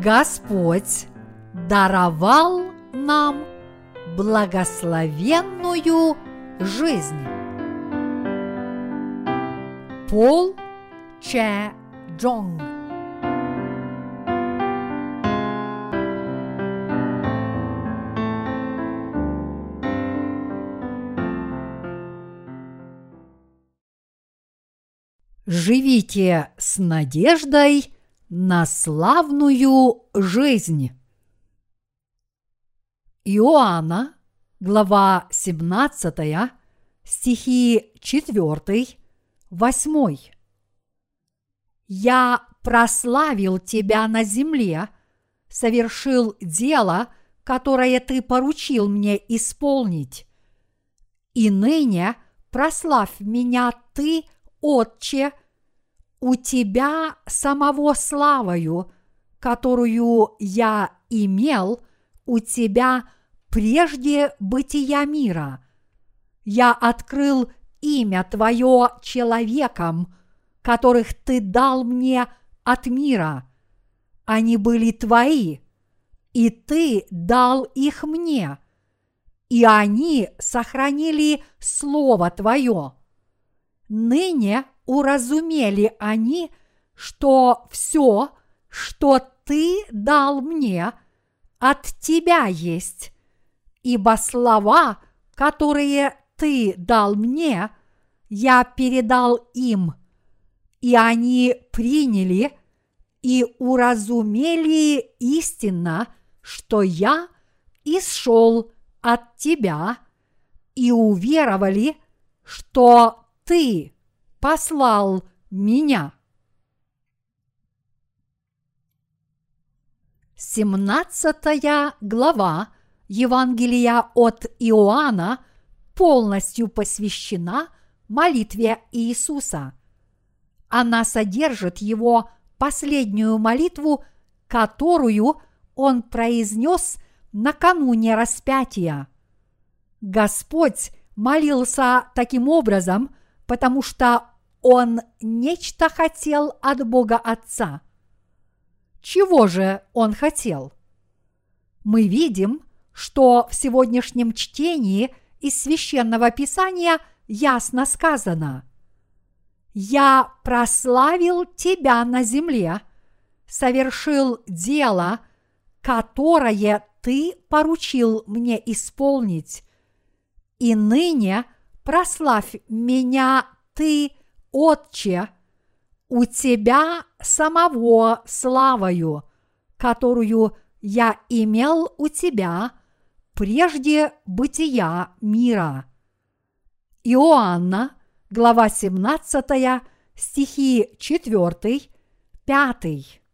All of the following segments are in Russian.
Господь даровал нам благословенную жизнь. Пол Че Джонг. Живите с надеждой на славную жизнь. Иоанна, глава 17, стихи 4, 8. «Я прославил тебя на земле, совершил дело, которое ты поручил мне исполнить. И ныне прославь меня ты, Отче, у тебя самого славою, которую я имел у тебя прежде бытия мира. Я открыл имя твое человекам, которых ты дал мне от мира. Они были твои, и ты дал их мне, и они сохранили слово твое. Ныне уразумели они, что все, что ты дал мне, от тебя есть, ибо слова, которые ты дал мне, я передал им, и они приняли и уразумели истинно, что я исшел от тебя, и уверовали, что ты послал меня». 17 глава Евангелия от Иоанна полностью посвящена молитве Иисуса. Она содержит его последнюю молитву, которую он произнес накануне распятия. Господь молился таким образом, потому что он нечто хотел от Бога Отца. Чего же он хотел? Мы видим, что в сегодняшнем чтении из Священного Писания ясно сказано: «Я прославил тебя на земле, совершил дело, которое ты поручил мне исполнить, и ныне прославь меня ты, Отче, у тебя самого славою, которую я имел у тебя прежде бытия мира». Иоанна, глава 17, стихи 4, 5.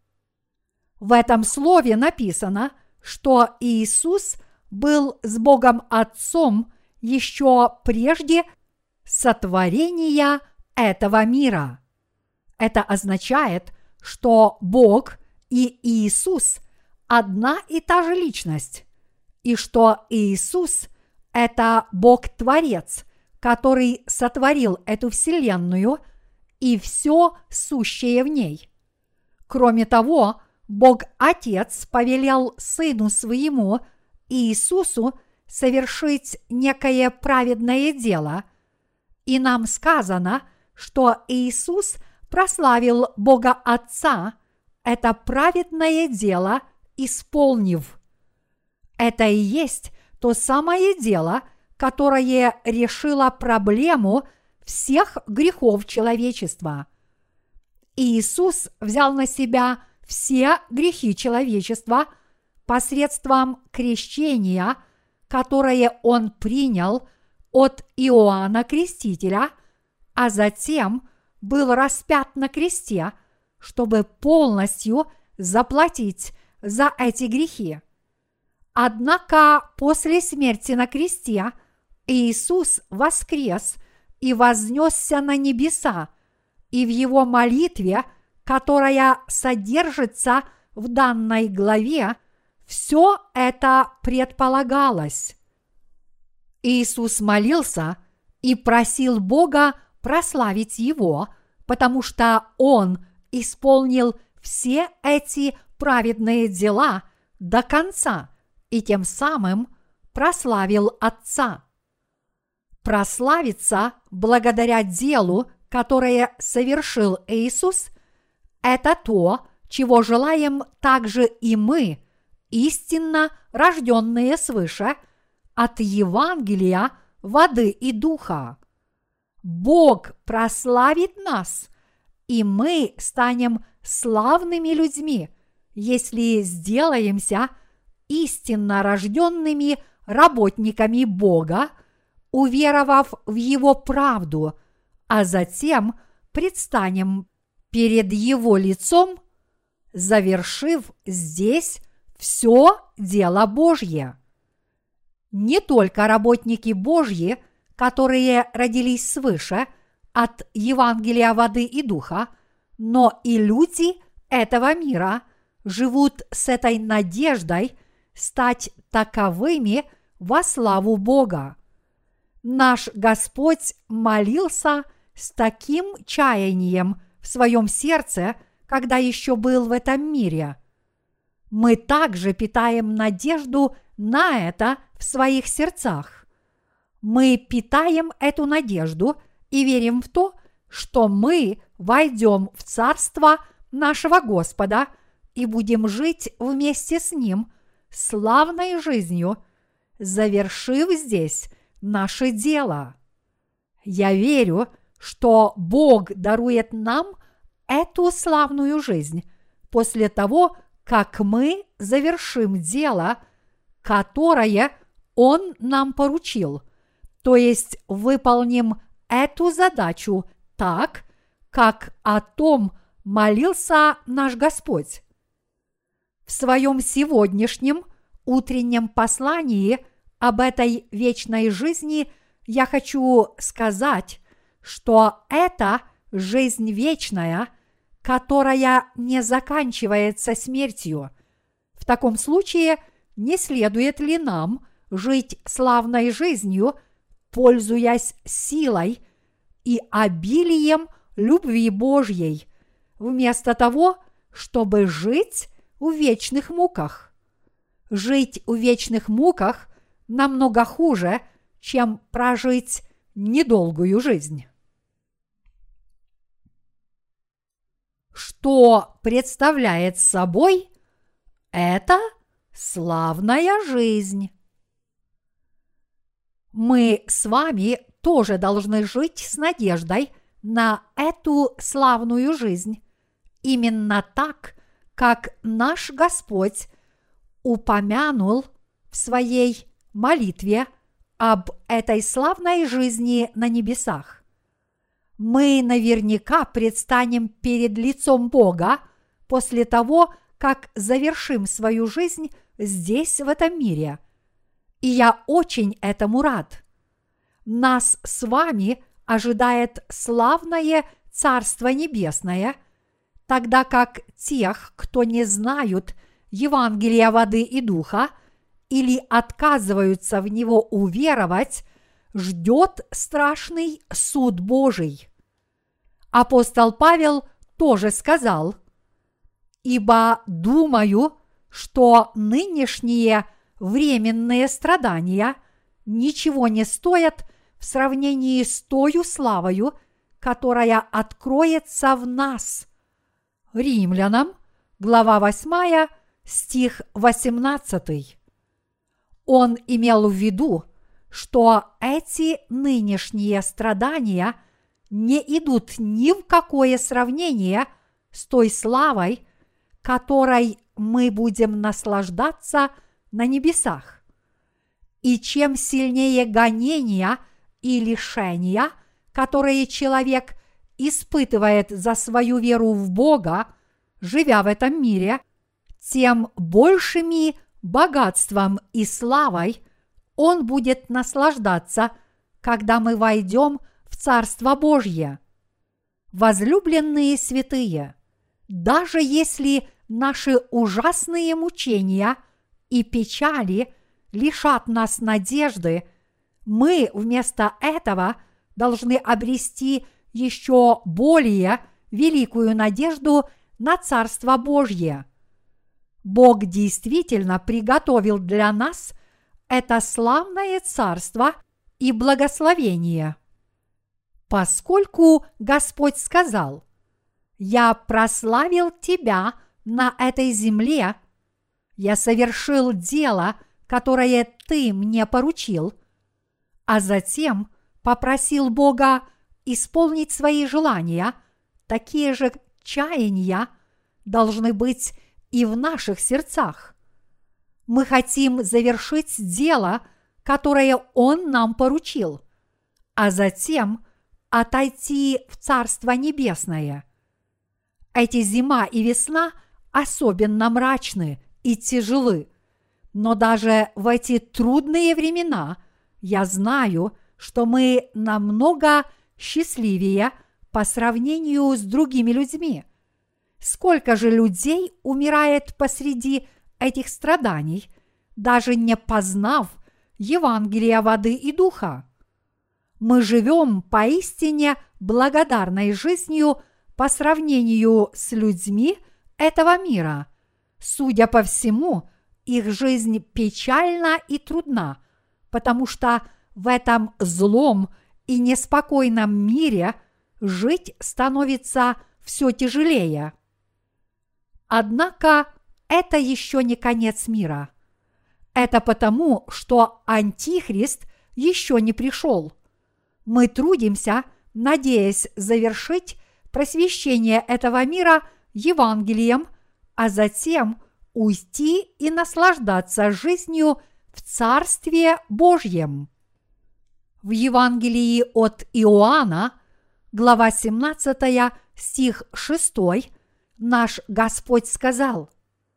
В этом слове написано, что Иисус был с Богом Отцом еще прежде сотворения этого мира. Это означает, что Бог и Иисус одна и та же личность, и что Иисус – это Бог-творец, который сотворил эту вселенную и все сущее в ней. Кроме того, Бог-Отец повелел Сыну Своему Иисусу совершить некое праведное дело, и нам сказано, что Иисус прославил Бога Отца, это праведное дело исполнив. Это и есть то самое дело, которое решило проблему всех грехов человечества. Иисус взял на себя все грехи человечества посредством крещения, которое Он принял от Иоанна Крестителя, а затем был распят на кресте, чтобы полностью заплатить за эти грехи. Однако после смерти на кресте Иисус воскрес и вознесся на небеса, и в его молитве, которая содержится в данной главе, все это предполагалось. Иисус молился и просил Бога прославить Его, потому что Он исполнил все эти праведные дела до конца и тем самым прославил Отца. Прославиться благодаря делу, которое совершил Иисус, это то, чего желаем также и мы, истинно рожденные свыше, от Евангелия воды и духа. Бог прославит нас, и мы станем славными людьми, если сделаемся истинно рожденными работниками Бога, уверовав в Его правду, а затем предстанем перед Его лицом, завершив здесь все дело Божье. Не только работники Божьи, которые родились свыше от Евангелия воды и духа, но и люди этого мира живут с этой надеждой стать таковыми во славу Бога. Наш Господь молился с таким чаянием в своем сердце, когда еще был в этом мире. Мы также питаем надежду на это в своих сердцах. Мы питаем эту надежду и верим в то, что мы войдем в царство нашего Господа и будем жить вместе с Ним славной жизнью, завершив здесь наше дело. Я верю, что Бог дарует нам эту славную жизнь после того, как мы завершим дело, которое Он нам поручил, то есть выполним эту задачу так, как о том молился наш Господь. В своем сегодняшнем утреннем послании об этой вечной жизни я хочу сказать, что это жизнь вечная, которая не заканчивается смертью. В таком случае не следует ли нам жить славной жизнью, пользуясь силой и обилием любви Божьей, вместо того, чтобы жить в вечных муках? Жить в вечных муках намного хуже, чем прожить недолгую жизнь. Что представляет собой эта славная жизнь? Мы с вами тоже должны жить с надеждой на эту славную жизнь, именно так, как наш Господь упомянул в своей молитве об этой славной жизни на небесах. Мы наверняка предстанем перед лицом Бога после того, как завершим свою жизнь здесь, в этом мире. И я очень этому рад. Нас с вами ожидает славное Царство Небесное, тогда как тех, кто не знают Евангелия воды и духа или отказываются в него уверовать, ждет страшный суд Божий. Апостол Павел тоже сказал: «Ибо думаю, что нынешние временные страдания ничего не стоят в сравнении с тою славою, которая откроется в нас». Римлянам, глава 8, стих 18. Он имел в виду, что эти нынешние страдания не идут ни в какое сравнение с той славой, которой мы будем наслаждаться на небесах. И чем сильнее гонения и лишения, которые человек испытывает за свою веру в Бога, живя в этом мире, тем большими богатством и славой он будет наслаждаться, когда мы войдем в Царство Божье. Возлюбленные святые, даже если наши ужасные мучения и печали лишат нас надежды, мы вместо этого должны обрести еще более великую надежду на Царство Божье. Бог действительно приготовил для нас это славное царство и благословение. Поскольку Господь сказал: «Я прославил тебя на этой земле, я совершил дело, которое ты мне поручил», а затем попросил Бога исполнить свои желания, такие же чаяния должны быть и в наших сердцах. Мы хотим завершить дело, которое Он нам поручил, а затем отойти в Царство Небесное. Эти зима и весна особенно мрачны и тяжелы, но даже в эти трудные времена я знаю, что мы намного счастливее по сравнению с другими людьми. Сколько же людей умирает посреди этих страданий, даже не познав Евангелия воды и духа? Мы живем поистине благодарной жизнью по сравнению с людьми этого мира. Судя по всему, их жизнь печальна и трудна, потому что в этом злом и неспокойном мире жить становится все тяжелее. Однако это еще не конец мира. Это потому, что Антихрист еще не пришел. Мы трудимся, надеясь завершить просвещение этого мира Евангелием, а затем уйти и наслаждаться жизнью в Царстве Божьем. В Евангелии от Иоанна, глава 17, стих 6, наш Господь сказал: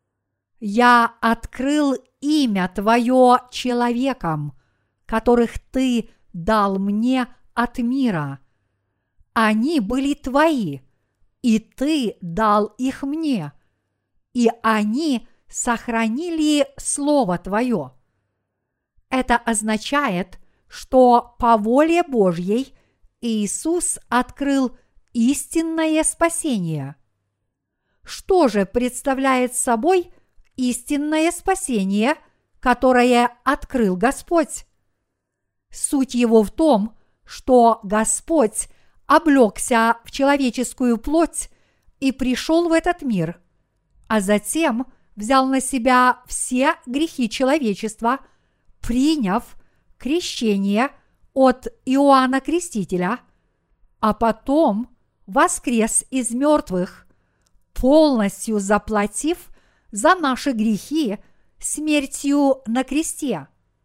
«Я открыл имя Твое человекам, которых Ты дал мне от мира. Они были Твои, и Ты дал их мне, и они сохранили Слово Твое». Это означает, что по воле Божьей Иисус открыл истинное спасение. Что же представляет собой истинное спасение, которое открыл Господь? Суть его в том, что Господь облегся в человеческую плоть и пришел в этот мир, а затем взял на себя все грехи человечества, приняв крещение от Иоанна Крестителя, а потом воскрес из мертвых, полностью заплатив за наши грехи смертью на кресте.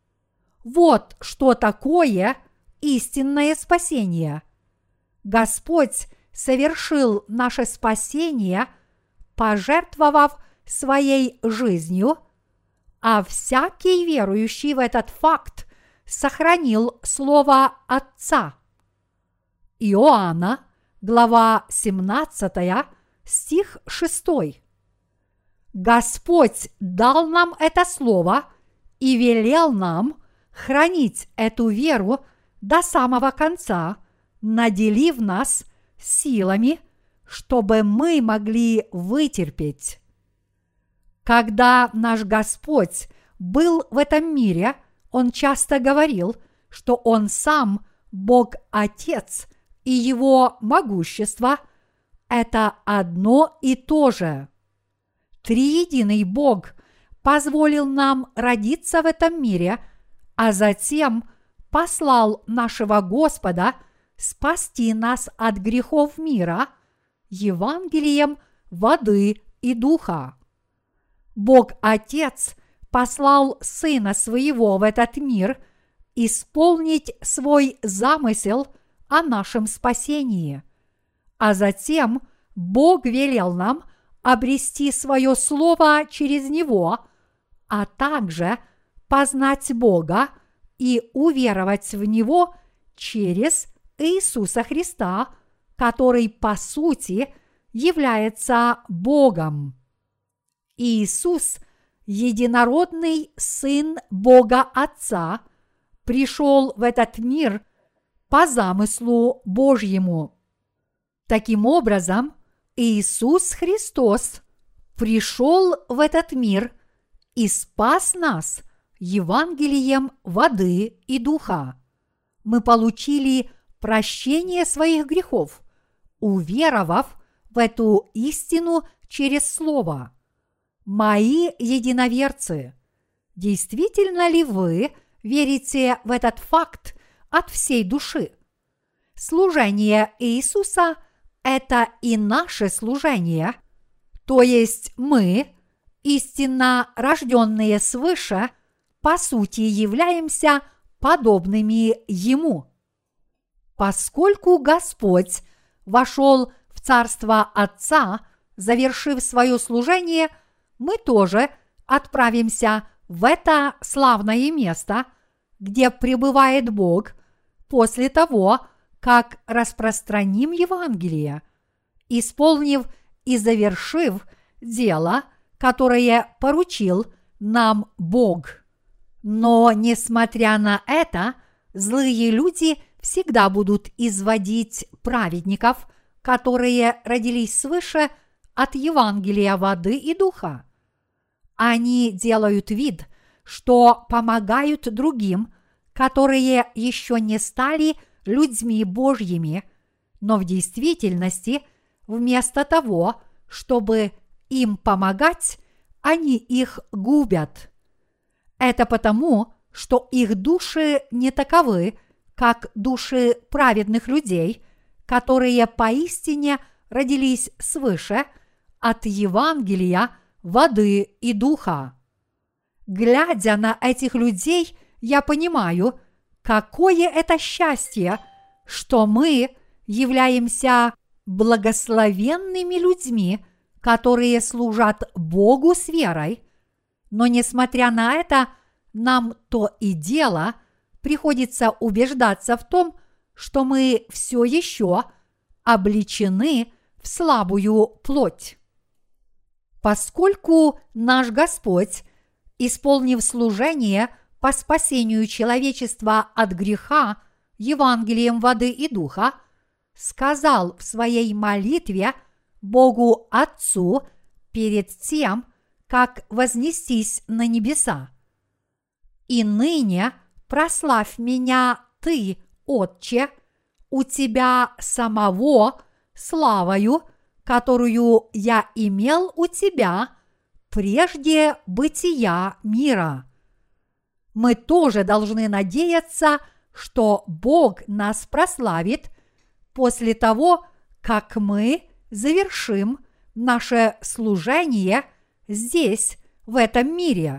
Вот что такое истинное спасение. Господь совершил наше спасение, пожертвовав своей жизнью, а всякий верующий в этот факт сохранил Слово Отца. Иоанна, глава 17, стих 6. Господь дал нам это Слово и велел нам хранить эту веру до самого конца, наделив нас силами, чтобы мы могли вытерпеть. Когда наш Господь был в этом мире, Он часто говорил, что Он сам Бог-Отец, и Его могущество – это одно и то же. Триединый Бог позволил нам родиться в этом мире, а затем послал нашего Господа спасти нас от грехов мира Евангелием воды и духа. Бог-Отец послал Сына Своего в этот мир исполнить свой замысел о нашем спасении, а затем Бог велел нам обрести свое Слово через Него, а также познать Бога и уверовать в Него через Иисуса Христа, который по сути является Богом. Иисус, единородный Сын Бога Отца, пришел в этот мир по замыслу Божьему. Таким образом, Иисус Христос пришел в этот мир и спас нас Евангелием воды и духа. Мы получили прощение своих грехов, уверовав в эту истину через Слово. Мои единоверцы, действительно ли вы верите в этот факт от всей души? Служение Иисуса – это и наше служение, то есть мы, истинно рожденные свыше, по сути являемся подобными Ему. Поскольку Господь вошел в Царство Отца, завершив свое служение, мы тоже отправимся в это славное место, где пребывает Бог, после того, как распространим Евангелие, исполнив и завершив дело, которое поручил нам Бог. Но, несмотря на это, злые люди всегда будут изводить праведников, которые родились свыше от Евангелия воды и духа. Они делают вид, что помогают другим, которые еще не стали людьми Божьими, но в действительности, вместо того, чтобы им помогать, они их губят. Это потому, что их души не таковы, как души праведных людей, которые поистине родились свыше от Евангелия воды и духа. Глядя на этих людей, я понимаю, какое это счастье, что мы являемся благословенными людьми, которые служат Богу с верой. Но, несмотря на это, нам то и дело приходится убеждаться в том, что мы все еще облечены в слабую плоть. Поскольку наш Господь, исполнив служение по спасению человечества от греха Евангелием воды и духа, сказал в своей молитве Богу Отцу перед тем, как вознестись на небеса: «И ныне прославь меня Ты, Отче, у Тебя самого славою, которую я имел у Тебя прежде бытия мира». Мы тоже должны надеяться, что Бог нас прославит после того, как мы завершим наше служение здесь, в этом мире.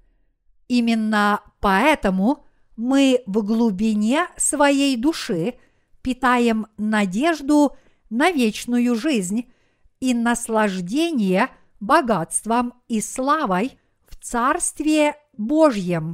Именно поэтому мы в глубине своей души питаем надежду на вечную жизнь и наслаждение богатством и славой в Царстве Божьем.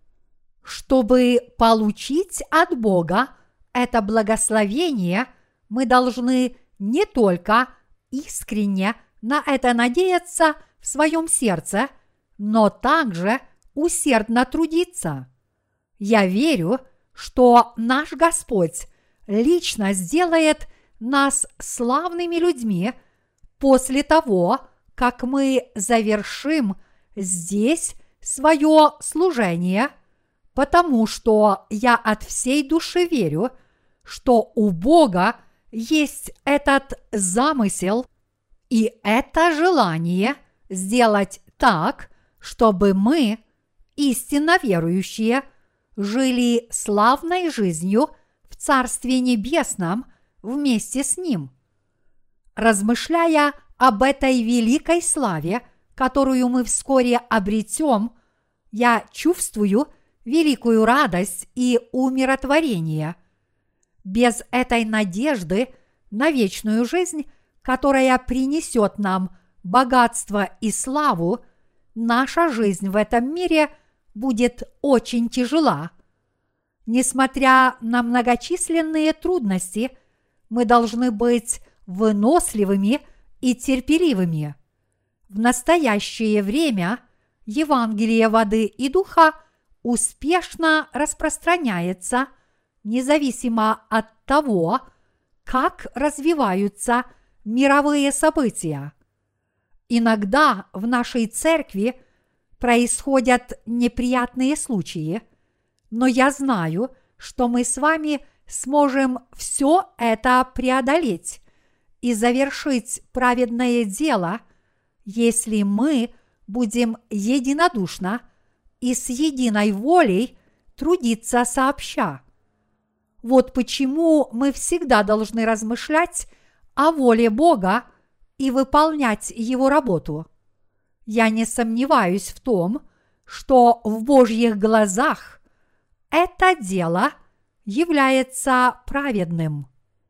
Чтобы получить от Бога это благословение, мы должны не только искренне на это надеяться в своем сердце, но также усердно трудиться. Я верю, что наш Господь лично сделает нас славными людьми после того, как мы завершим здесь свое служение, потому что я от всей души верю, что у Бога есть этот замысел и это желание сделать так, чтобы мы, истинно верующие, жили славной жизнью в Царстве Небесном вместе с Ним. Размышляя об этой великой славе, которую мы вскоре обретем, я чувствую великую радость и умиротворение. Без этой надежды на вечную жизнь, которая принесет нам богатство и славу, наша жизнь в этом мире будет очень тяжела. Несмотря на многочисленные трудности, мы должны быть выносливыми и терпеливыми. В настоящее время Евангелие воды и духа успешно распространяется, независимо от того, как развиваются мировые события. Иногда в нашей церкви происходят неприятные случаи, но я знаю, что мы с вами сможем все это преодолеть и завершить праведное дело, если мы будем единодушно и с единой волей трудиться сообща. Вот почему мы всегда должны размышлять о воле Бога и выполнять Его работу. Я не сомневаюсь в том, что в Божьих глазах это дело является праведным.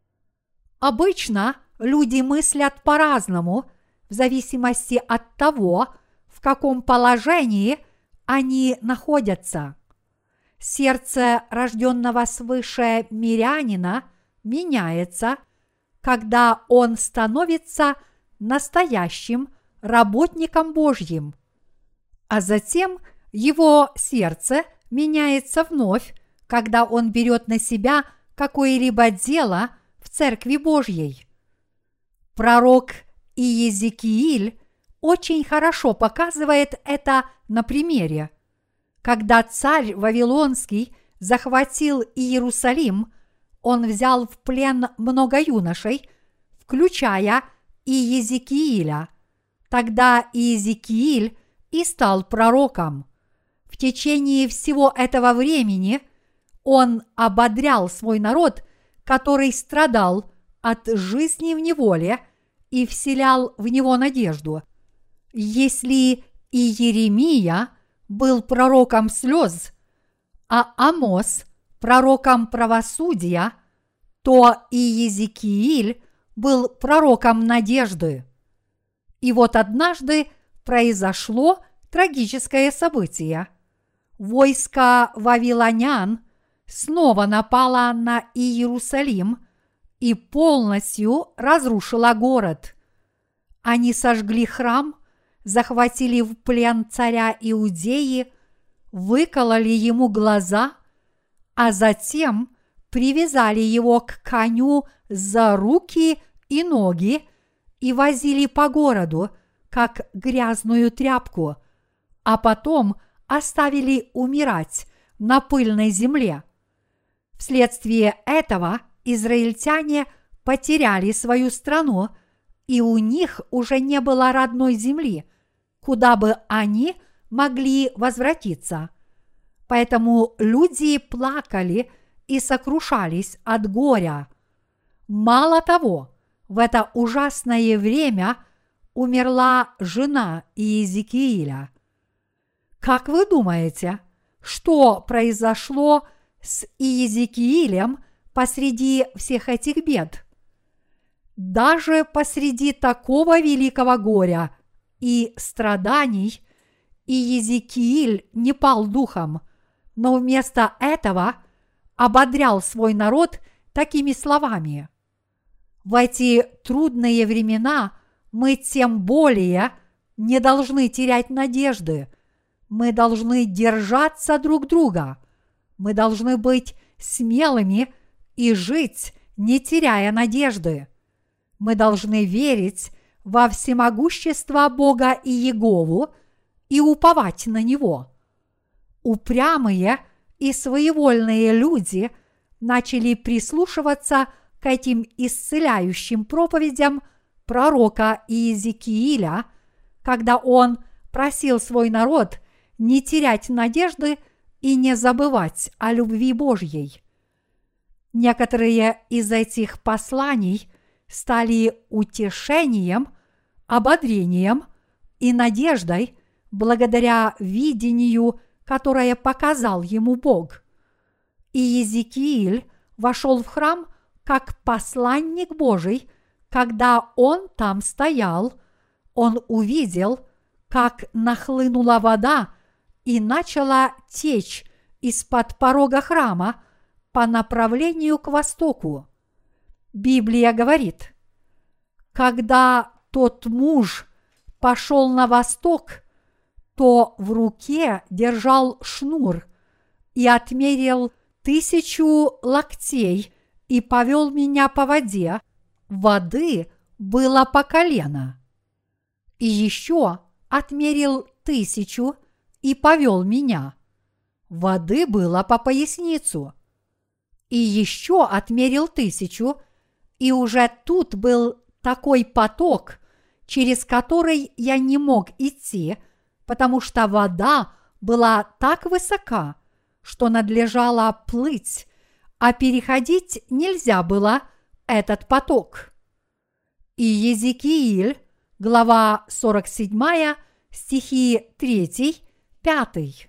Обычно люди мыслят по-разному в зависимости от того, в каком положении они находятся. Сердце рожденного свыше мирянина меняется, когда он становится настоящим работником Божьим, а затем его сердце меняется вновь, когда он берет на себя какое-либо дело в Церкви Божьей. Пророк Иезекииль очень хорошо показывает это на примере. Когда царь Вавилонский захватил Иерусалим, он взял в плен много юношей, включая Иезекииля. Тогда Иезекииль и стал пророком. В течение всего этого времени он ободрял свой народ, который страдал от жизни в неволе, и вселял в него надежду. Если и Иеремия был пророком слез, а Амос – пророком правосудия, то и Иезекииль был пророком надежды. И вот однажды произошло трагическое событие. Войско вавилонян снова напало на Иерусалим и полностью разрушило город. Они сожгли храм, захватили в плен царя Иудеи, выкололи ему глаза, а затем привязали его к коню за руки и ноги и возили по городу, как грязную тряпку, а потом оставили умирать на пыльной земле. Вследствие этого израильтяне потеряли свою страну, и у них уже не было родной земли, куда бы они могли возвратиться. Поэтому люди плакали и сокрушались от горя. Мало того, в это ужасное время умерла жена Иезекииля. Как вы думаете, что произошло с Иезекиилем посреди всех этих бед? Даже посреди такого великого горя и страданий Иезекииль не пал духом, но вместо этого ободрял свой народ такими словами: «В эти трудные времена мы тем более не должны терять надежды, мы должны держаться друг друга, мы должны быть смелыми и жить, не теряя надежды. Мы должны верить во всемогущество Бога и Иегову и уповать на Него». Упрямые и своевольные люди начали прислушиваться к этим исцеляющим проповедям пророка Иезекииля, когда он просил свой народ не терять надежды и не забывать о любви Божьей. Некоторые из этих посланий стали утешением, ободрением и надеждой благодаря видению, которое показал ему Бог. Иезекииль вошел в храм как посланник Божий. Когда он там стоял, он увидел, как нахлынула вода и начала течь из-под порога храма по направлению к востоку. Библия говорит: когда тот муж пошел на восток, то в руке держал шнур и отмерил 1000 локтей и повел меня по воде. Воды было по колено. И еще отмерил 1000 и повел меня. Воды было по поясницу. И еще отмерил 1000, и уже тут был такой поток, через который я не мог идти, потому что вода была так высока, что надлежало плыть, а переходить нельзя было этот поток. И Иезекииль, глава 47, стихи 3-5.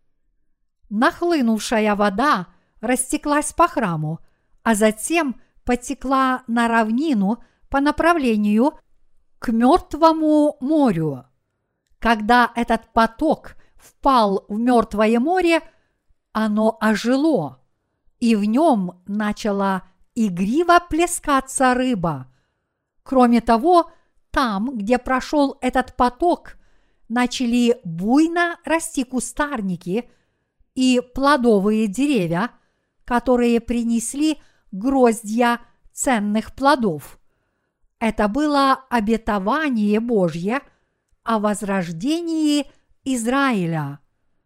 Нахлынувшая вода растеклась по храму, а затем потекла на равнину по направлению к Мертвому морю. Когда этот поток впал в Мертвое море, оно ожило, и в нем начала игриво плескаться рыба. Кроме того, там, где прошел этот поток, начали буйно расти кустарники и плодовые деревья, которые принесли гроздья ценных плодов. Это было обетование Божье о возрождении Израиля.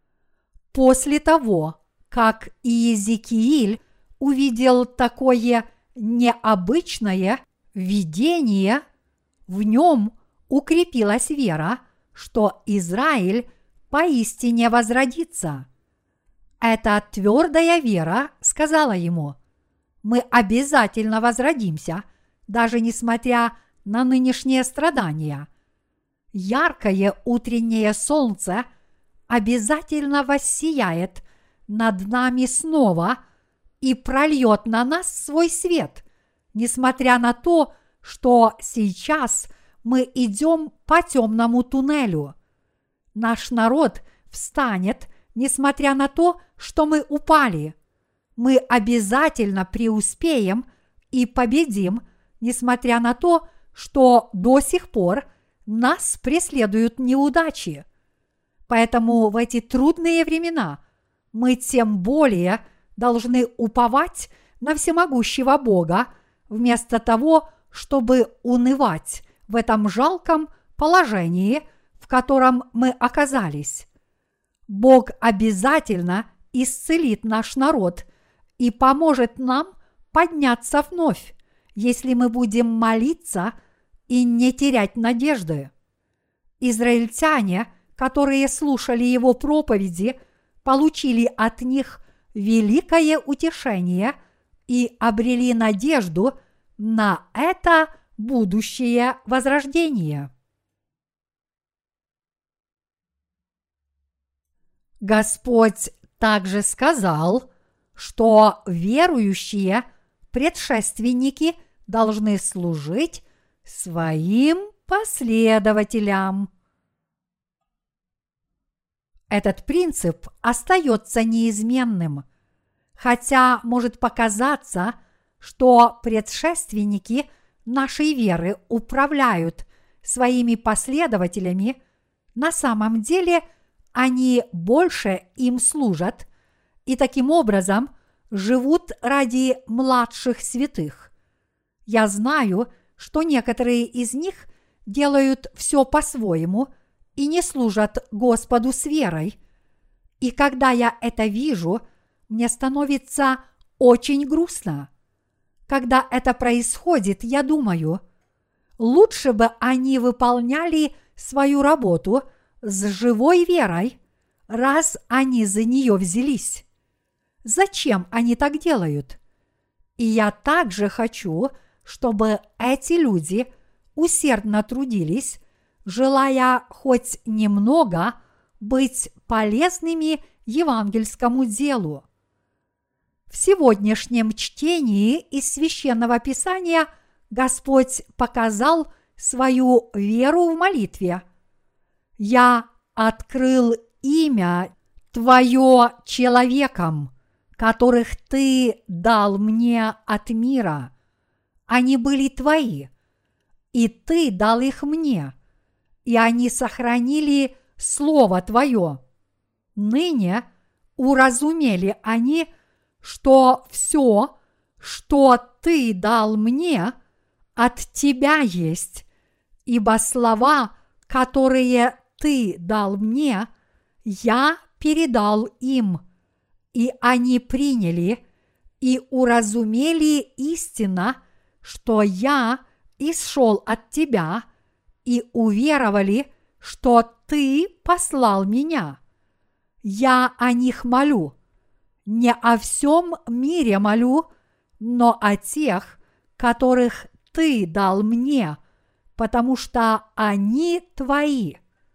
После того, как Иезекииль увидел такое необычное видение, в нем укрепилась вера, что Израиль поистине возродится. Эта твердая вера сказала ему: мы обязательно возродимся, даже несмотря на нынешние страдания. Яркое утреннее солнце обязательно воссияет над нами снова и прольет на нас свой свет, несмотря на то, что сейчас мы идем по темному туннелю. Наш народ встанет, несмотря на то, что мы упали. Мы обязательно преуспеем и победим, несмотря на то, что до сих пор нас преследуют неудачи. Поэтому в эти трудные времена мы тем более должны уповать на всемогущего Бога, вместо того, чтобы унывать в этом жалком положении, в котором мы оказались. Бог обязательно исцелит наш народ и поможет нам подняться вновь, если мы будем молиться и не терять надежды. Израильтяне, которые слушали его проповеди, получили от них великое утешение и обрели надежду на это будущее возрождение. Господь также сказал, что верующие предшественники должны служить своим последователям. Этот принцип остается неизменным, хотя может показаться, что предшественники нашей веры управляют своими последователями, на самом деле они больше им служат и таким образом живут ради младших святых. Я знаю, что некоторые из них делают все по-своему и не служат Господу с верой. И когда я это вижу, мне становится очень грустно. Когда это происходит, я думаю, лучше бы они выполняли свою работу с живой верой, раз они за нее взялись. Зачем они так делают? И я также хочу, чтобы эти люди усердно трудились, желая хоть немного быть полезными евангельскому делу. В сегодняшнем чтении из Священного Писания Господь показал свою веру в молитве. «Я открыл имя Твое человекам, которых Ты дал мне от мира. Они были Твои, и Ты дал их мне, и они сохранили Слово Твое. Ныне уразумели они, что все, что Ты дал мне, от Тебя есть, ибо слова, которые ты дал мне, я передал им, и они приняли и уразумели истинно, что я исшел от тебя, и уверовали, что ты послал меня. Я о них молю, не о всем мире молю, но о тех, которых ты дал мне, потому что они твои.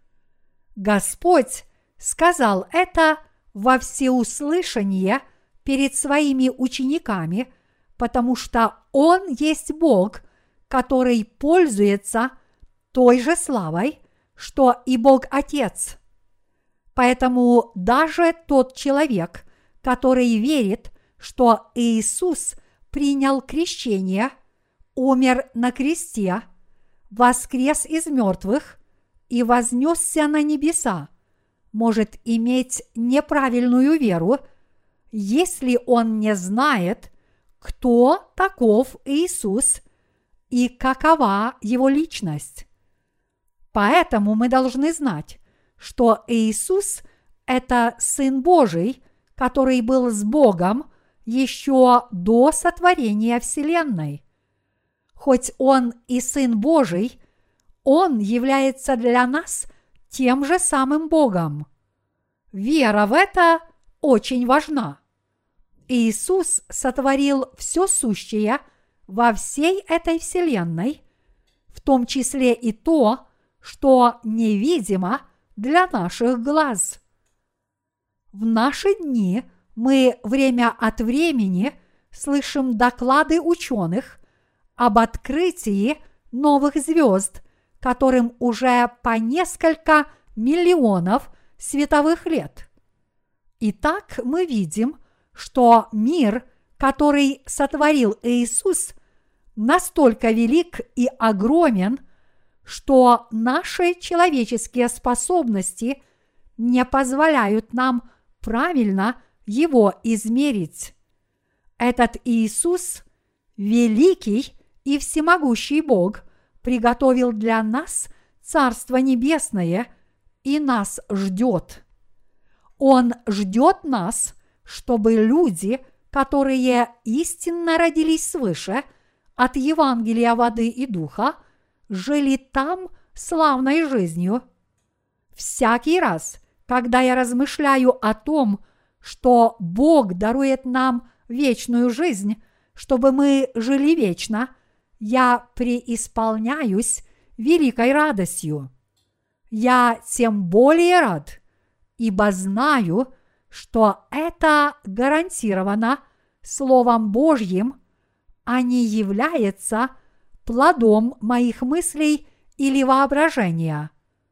Господь сказал это во всеуслышание перед своими учениками, потому что Он есть Бог, который пользуется той же славой, что и Бог Отец. Поэтому даже тот человек, который верит, что Иисус принял крещение, умер на кресте, воскрес из мертвых и вознесся на небеса, может иметь неправильную веру, если он не знает, кто таков Иисус и какова его личность. Поэтому мы должны знать, что Иисус – это Сын Божий, который был с Богом еще до сотворения Вселенной. Хоть Он и Сын Божий, Он является для нас тем же самым Богом. Вера в это очень важна. Иисус сотворил все сущее во всей этой Вселенной, в том числе и то, что невидимо для наших глаз. В наши дни мы время от времени слышим доклады ученых об открытии новых звезд, которым уже по несколько миллионов световых лет. Итак, мы видим, что мир, который сотворил Иисус, настолько велик и огромен, что наши человеческие способности не позволяют нам правильно его измерить. Этот Иисус, великий и всемогущий Бог, приготовил для нас Царство Небесное и нас ждет. Он ждет нас, чтобы люди, которые истинно родились свыше от Евангелия воды и духа, жили там славной жизнью. Всякий раз, когда я размышляю о том, что Бог дарует нам вечную жизнь, чтобы мы жили вечно, я преисполняюсь великой радостью. Я тем более рад, ибо знаю, что это гарантировано Словом Божьим, а не является плодом моих мыслей или воображения.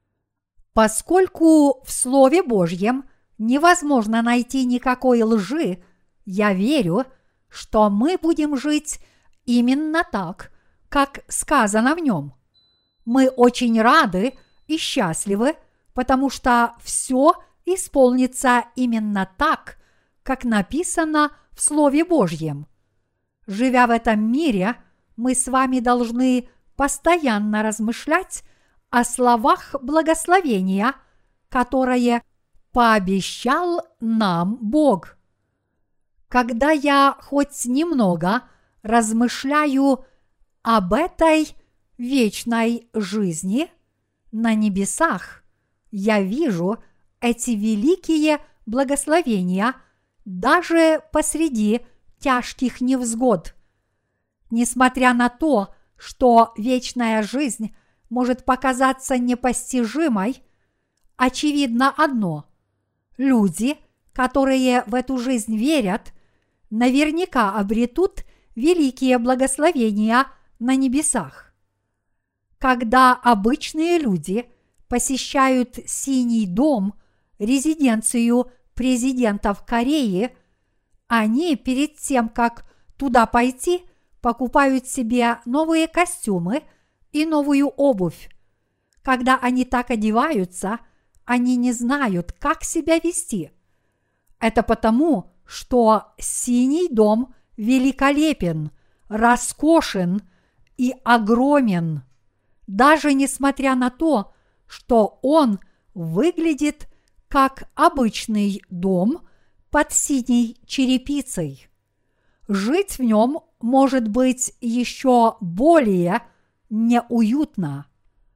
Поскольку в Слове Божьем невозможно найти никакой лжи, я верю, что мы будем жить именно так, как сказано в нем. Мы очень рады и счастливы, потому что все исполнится именно так, как написано в Слове Божьем. Живя в этом мире, мы с вами должны постоянно размышлять о словах благословения, которые пообещал нам Бог. Когда я хоть немного размышляю об этой вечной жизни на небесах, я вижу эти великие благословения даже посреди тяжких невзгод. Несмотря на то, что вечная жизнь может показаться непостижимой, очевидно одно – люди, которые в эту жизнь верят, наверняка обретут великие благословения на небесах. Когда обычные люди посещают Синий дом, резиденцию президентов Кореи, они перед тем, как туда пойти, покупают себе новые костюмы и новую обувь. Когда они так одеваются, они не знают, как себя вести. Это потому, что Синий дом великолепен, роскошен и огромен. Даже несмотря на то, что он выглядит как обычный дом под синей черепицей. Жить в нем может быть еще более неуютно.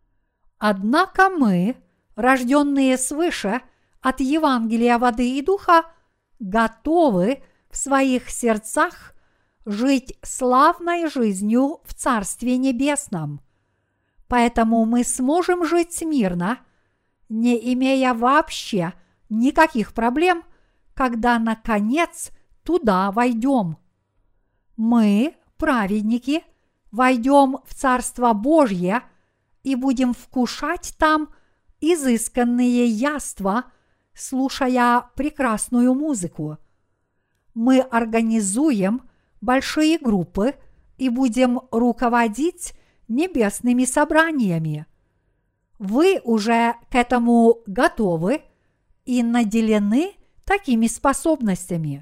Однако мы, рожденные свыше от Евангелия воды и духа, готовы в своих сердцах жить славной жизнью в Царстве Небесном. Поэтому мы сможем жить мирно, не имея вообще никаких проблем, когда, наконец, туда войдем. Мы, праведники, войдем в Царство Божье и будем вкушать там изысканные яства, слушая прекрасную музыку. Мы организуем большие группы и будем руководить небесными собраниями. Вы уже к этому готовы и наделены такими способностями.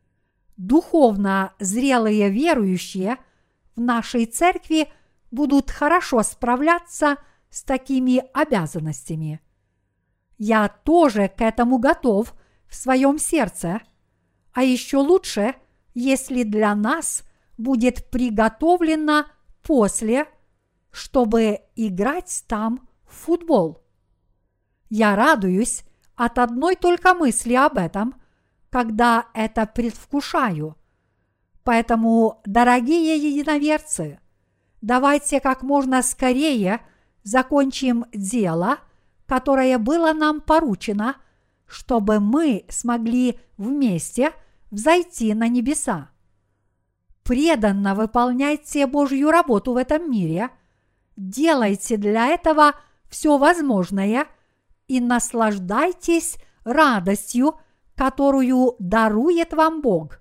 Духовно зрелые верующие в нашей церкви будут хорошо справляться с такими обязанностями. Я тоже к этому готов в своем сердце, а еще лучше, если для нас будет приготовлено после, чтобы играть там в футбол. Я радуюсь от одной только мысли об этом, когда это предвкушаю. Поэтому, дорогие единоверцы, давайте как можно скорее закончим дело, которое было нам поручено, чтобы мы смогли вместе взойти на небеса. Преданно выполняйте Божью работу в этом мире, делайте для этого все возможное и наслаждайтесь радостью, которую дарует вам Бог.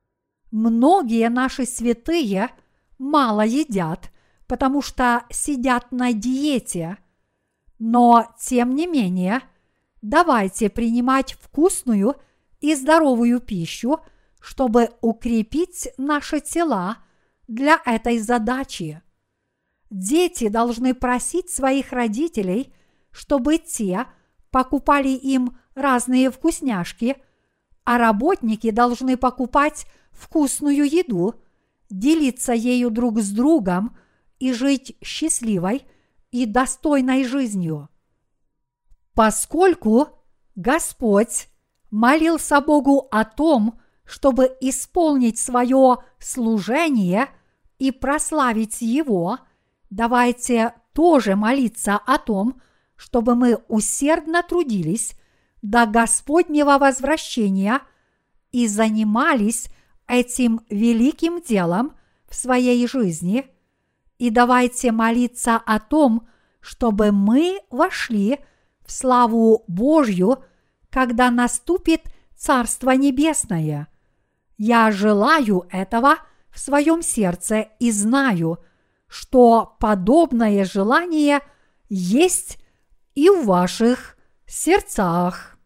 Многие наши святые мало едят, потому что сидят на диете, но, тем не менее, давайте принимать вкусную и здоровую пищу, чтобы укрепить наши тела для этой задачи. Дети должны просить своих родителей, чтобы те покупали им разные вкусняшки, а работники должны покупать вкусную еду, делиться ею друг с другом и жить счастливой и достойной жизнью. Поскольку Господь молился Богу о том, чтобы исполнить свое служение и прославить Его, давайте тоже молиться о том, чтобы мы усердно трудились до Господнего возвращения и занимались этим великим делом в своей жизни, и давайте молиться о том, чтобы мы вошли в славу Божью, когда наступит Царство Небесное. Я желаю этого в своем сердце и знаю, что подобное желание есть и в ваших сердцах.